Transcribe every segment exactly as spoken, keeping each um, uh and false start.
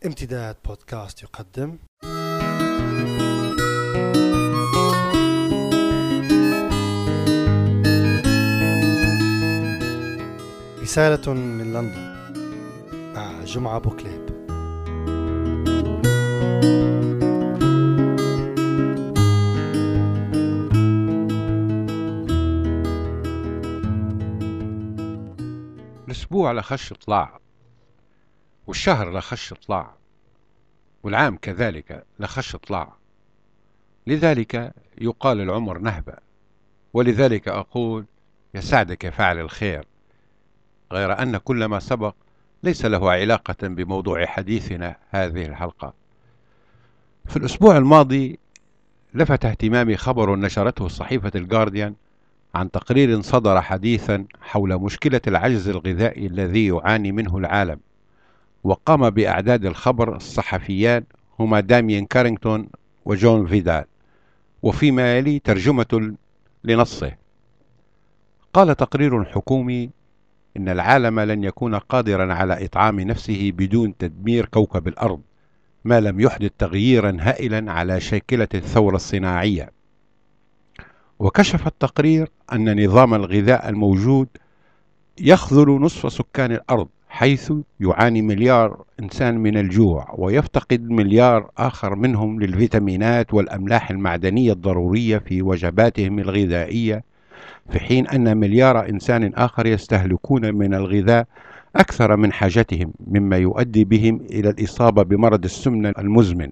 امتداد بودكاست يقدم رسالة من لندن مع جمعة بوكليب. الأسبوع لخش طلع، والشهر لخش طلع، والعام كذلك لخش طلع. لذلك يقال العمر نهبة، ولذلك أقول يسعدك يا فاعل الخير، غير أن كل ما سبق ليس له علاقة بموضوع حديثنا هذه الحلقة. في الأسبوع الماضي لفت اهتمامي خبر نشرته صحيفة الجارديان عن تقرير صدر حديثا حول مشكلة العجز الغذائي الذي يعاني منه العالم، وقام بإعداد الخبر الصحفيان هما داميان كارينغتون وجون فيدال، وفيما يلي ترجمة لنصه. قال تقرير حكومي إن العالم لن يكون قادرا على إطعام نفسه بدون تدمير كوكب الأرض، ما لم يحدث تغييرا هائلا على شاكلة الثورة الصناعية. وكشف التقرير أن نظام الغذاء الموجود يخذل نصف سكان الأرض، حيث يعاني مليار إنسان من الجوع، ويفتقد مليار آخر منهم للفيتامينات والأملاح المعدنية الضرورية في وجباتهم الغذائية، في حين أن مليار إنسان آخر يستهلكون من الغذاء أكثر من حاجتهم، مما يؤدي بهم إلى الإصابة بمرض السمنة المزمن.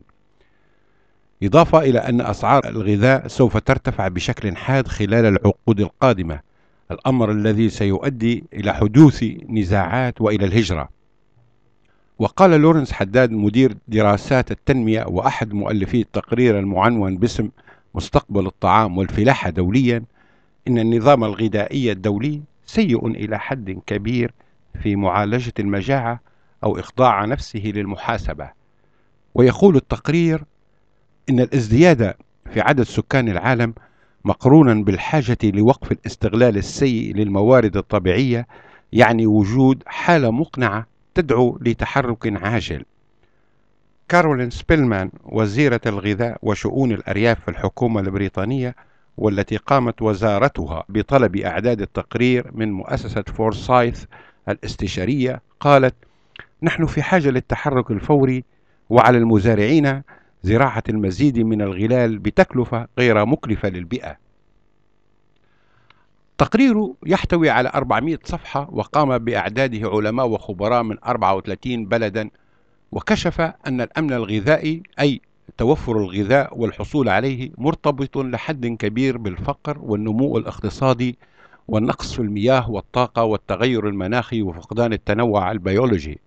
إضافة إلى أن أسعار الغذاء سوف ترتفع بشكل حاد خلال العقود القادمة، الأمر الذي سيؤدي إلى حدوث نزاعات وإلى الهجرة. وقال لورنس حداد مدير دراسات التنمية وأحد مؤلفي التقرير المعنون باسم مستقبل الطعام والفلاحة دوليا إن النظام الغذائي الدولي سيء إلى حد كبير في معالجة المجاعة أو إخضاع نفسه للمحاسبة. ويقول التقرير إن الازدياد في عدد سكان العالم مقرونا بالحاجة لوقف الاستغلال السيء للموارد الطبيعية يعني وجود حالة مقنعة تدعو لتحرك عاجل. كارولين سبيلمان وزيرة الغذاء وشؤون الأرياف في الحكومة البريطانية، والتي قامت وزارتها بطلب إعداد التقرير من مؤسسة فورسايث الاستشارية، قالت: نحن في حاجة للتحرك الفوري، وعلى المزارعين زراعة المزيد من الغلال بتكلفة غير مكلفة للبيئة. تقرير يحتوي على أربعمائة صفحة، وقام بإعداده علماء وخبراء من أربعة وثلاثين بلدا، وكشف أن الأمن الغذائي أي توفر الغذاء والحصول عليه مرتبط لحد كبير بالفقر والنمو الاقتصادي والنقص في المياه والطاقة والتغير المناخي وفقدان التنوع البيولوجي.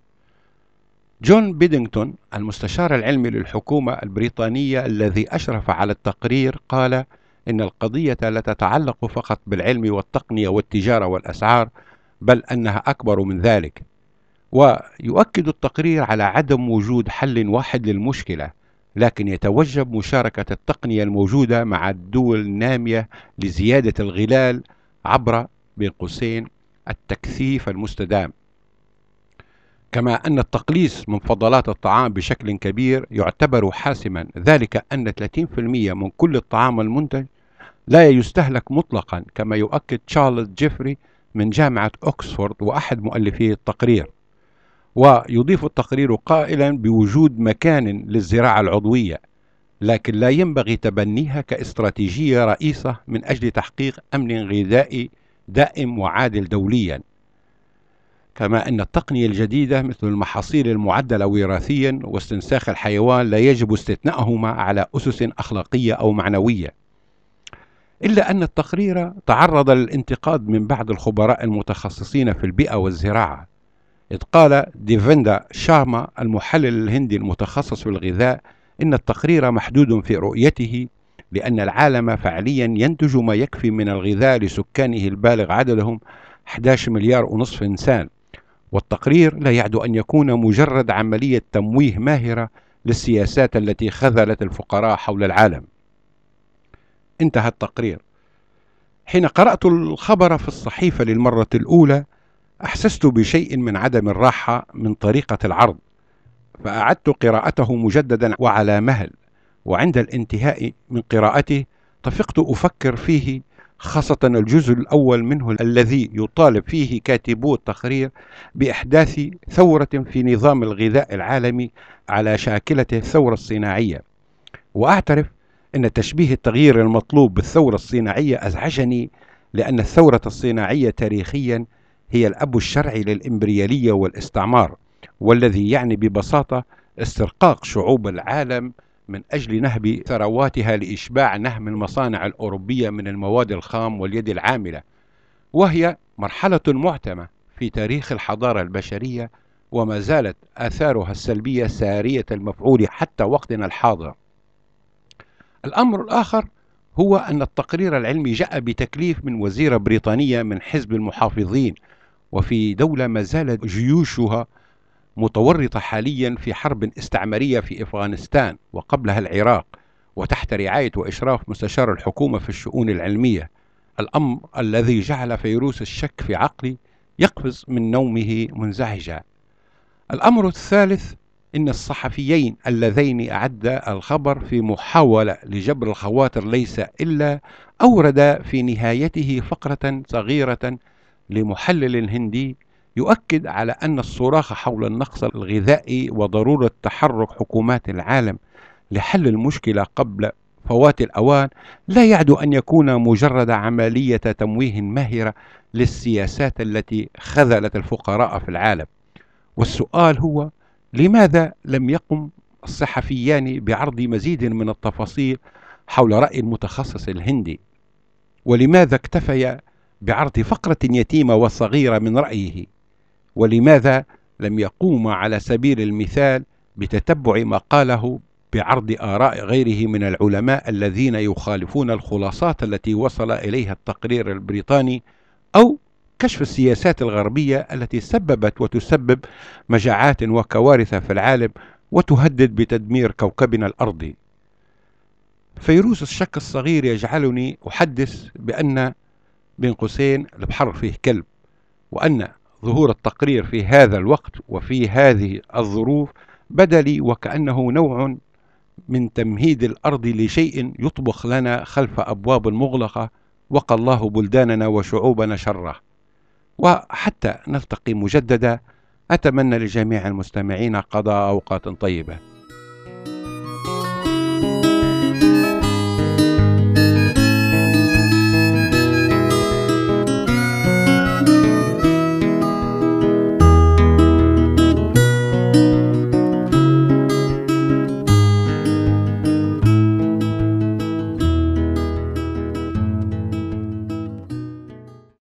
جون بيدينغتون المستشار العلمي للحكومة البريطانية الذي أشرف على التقرير قال إن القضية لا تتعلق فقط بالعلم والتقنية والتجارة والأسعار، بل أنها أكبر من ذلك. ويؤكد التقرير على عدم وجود حل واحد للمشكلة، لكن يتوجب مشاركة التقنية الموجودة مع الدول النامية لزيادة الغلال عبر بين قوسين التكثيف المستدام. كما أن التقليص من فضلات الطعام بشكل كبير يعتبر حاسما، ذلك أن ثلاثين بالمئة من كل الطعام المنتج لا يستهلك مطلقا، كما يؤكد تشارلز جيفري من جامعة أكسفورد وأحد مؤلفي التقرير. ويضيف التقرير قائلا بوجود مكان للزراعة العضوية، لكن لا ينبغي تبنيها كاستراتيجية رئيسة من أجل تحقيق أمن غذائي دائم وعادل دوليا. كما أن التقنية الجديدة مثل المحاصيل المعدلة وراثيا واستنساخ الحيوان لا يجب استثناءهما على أسس أخلاقية أو معنوية. إلا أن التقرير تعرض للانتقاد من بعض الخبراء المتخصصين في البيئة والزراعة، إذ قال ديفيندا شارما المحلل الهندي المتخصص في الغذاء إن التقرير محدود في رؤيته، لأن العالم فعليا ينتج ما يكفي من الغذاء لسكانه البالغ عددهم أحد عشر مليار ونصف إنسان، والتقرير لا يعد أن يكون مجرد عملية تمويه ماهرة للسياسات التي خذلت الفقراء حول العالم. انتهى التقرير. حين قرأت الخبر في الصحيفة للمرة الأولى أحسست بشيء من عدم الراحة من طريقة العرض، فأعدت قراءته مجددا وعلى مهل، وعند الانتهاء من قراءته طفقت أفكر فيه، خاصة الجزء الأول منه الذي يطالب فيه كاتبو التقرير بإحداث ثورة في نظام الغذاء العالمي على شاكلة الثورة الصناعية. وأعترف أن تشبيه التغيير المطلوب بالثورة الصناعية أزعجني، لأن الثورة الصناعية تاريخيا هي الأب الشرعي للإمبريالية والاستعمار، والذي يعني ببساطة استرقاق شعوب العالم من أجل نهب ثرواتها لإشباع نهم المصانع الأوروبية من المواد الخام واليد العاملة، وهي مرحلة معتمة في تاريخ الحضارة البشرية، وما زالت آثارها السلبية سارية المفعول حتى وقتنا الحاضر. الأمر الآخر هو أن التقرير العلمي جاء بتكليف من وزيرة بريطانية من حزب المحافظين، وفي دولة ما زالت جيوشها متورطة حاليا في حرب استعمارية في أفغانستان وقبلها العراق، وتحت رعاية وإشراف مستشار الحكومة في الشؤون العلمية، الأمر الذي جعل فيروس الشك في عقلي يقفز من نومه منزعجا. الأمر الثالث إن الصحفيين اللذين أعدا الخبر في محاولة لجبر الخواطر ليس إلا أورد في نهايته فقرة صغيرة لمحلل هندي يؤكد على أن الصراخ حول النقص الغذائي وضرورة تحرك حكومات العالم لحل المشكلة قبل فوات الأوان لا يعد أن يكون مجرد عملية تمويه ماهرة للسياسات التي خذلت الفقراء في العالم. والسؤال هو: لماذا لم يقم الصحفيان بعرض مزيد من التفاصيل حول رأي المتخصص الهندي؟ ولماذا اكتفيا بعرض فقرة يتيمة وصغيرة من رأيه؟ ولماذا لم يقوم على سبيل المثال بتتبع ما قاله بعرض آراء غيره من العلماء الذين يخالفون الخلاصات التي وصل إليها التقرير البريطاني، أو كشف السياسات الغربية التي سببت وتسبب مجاعات وكوارث في العالم وتهدد بتدمير كوكبنا الأرضي؟ فيروس الشك الصغير يجعلني أحدث بأن بين قوسين البحر فيه كلب، وأن ظهور التقرير في هذا الوقت وفي هذه الظروف بدا لي وكأنه نوع من تمهيد الأرض لشيء يطبخ لنا خلف أبواب مغلقة، وقى الله بلداننا وشعوبنا شره. وحتى نلتقي مجددا، أتمنى لجميع المستمعين قضاء أوقات طيبة.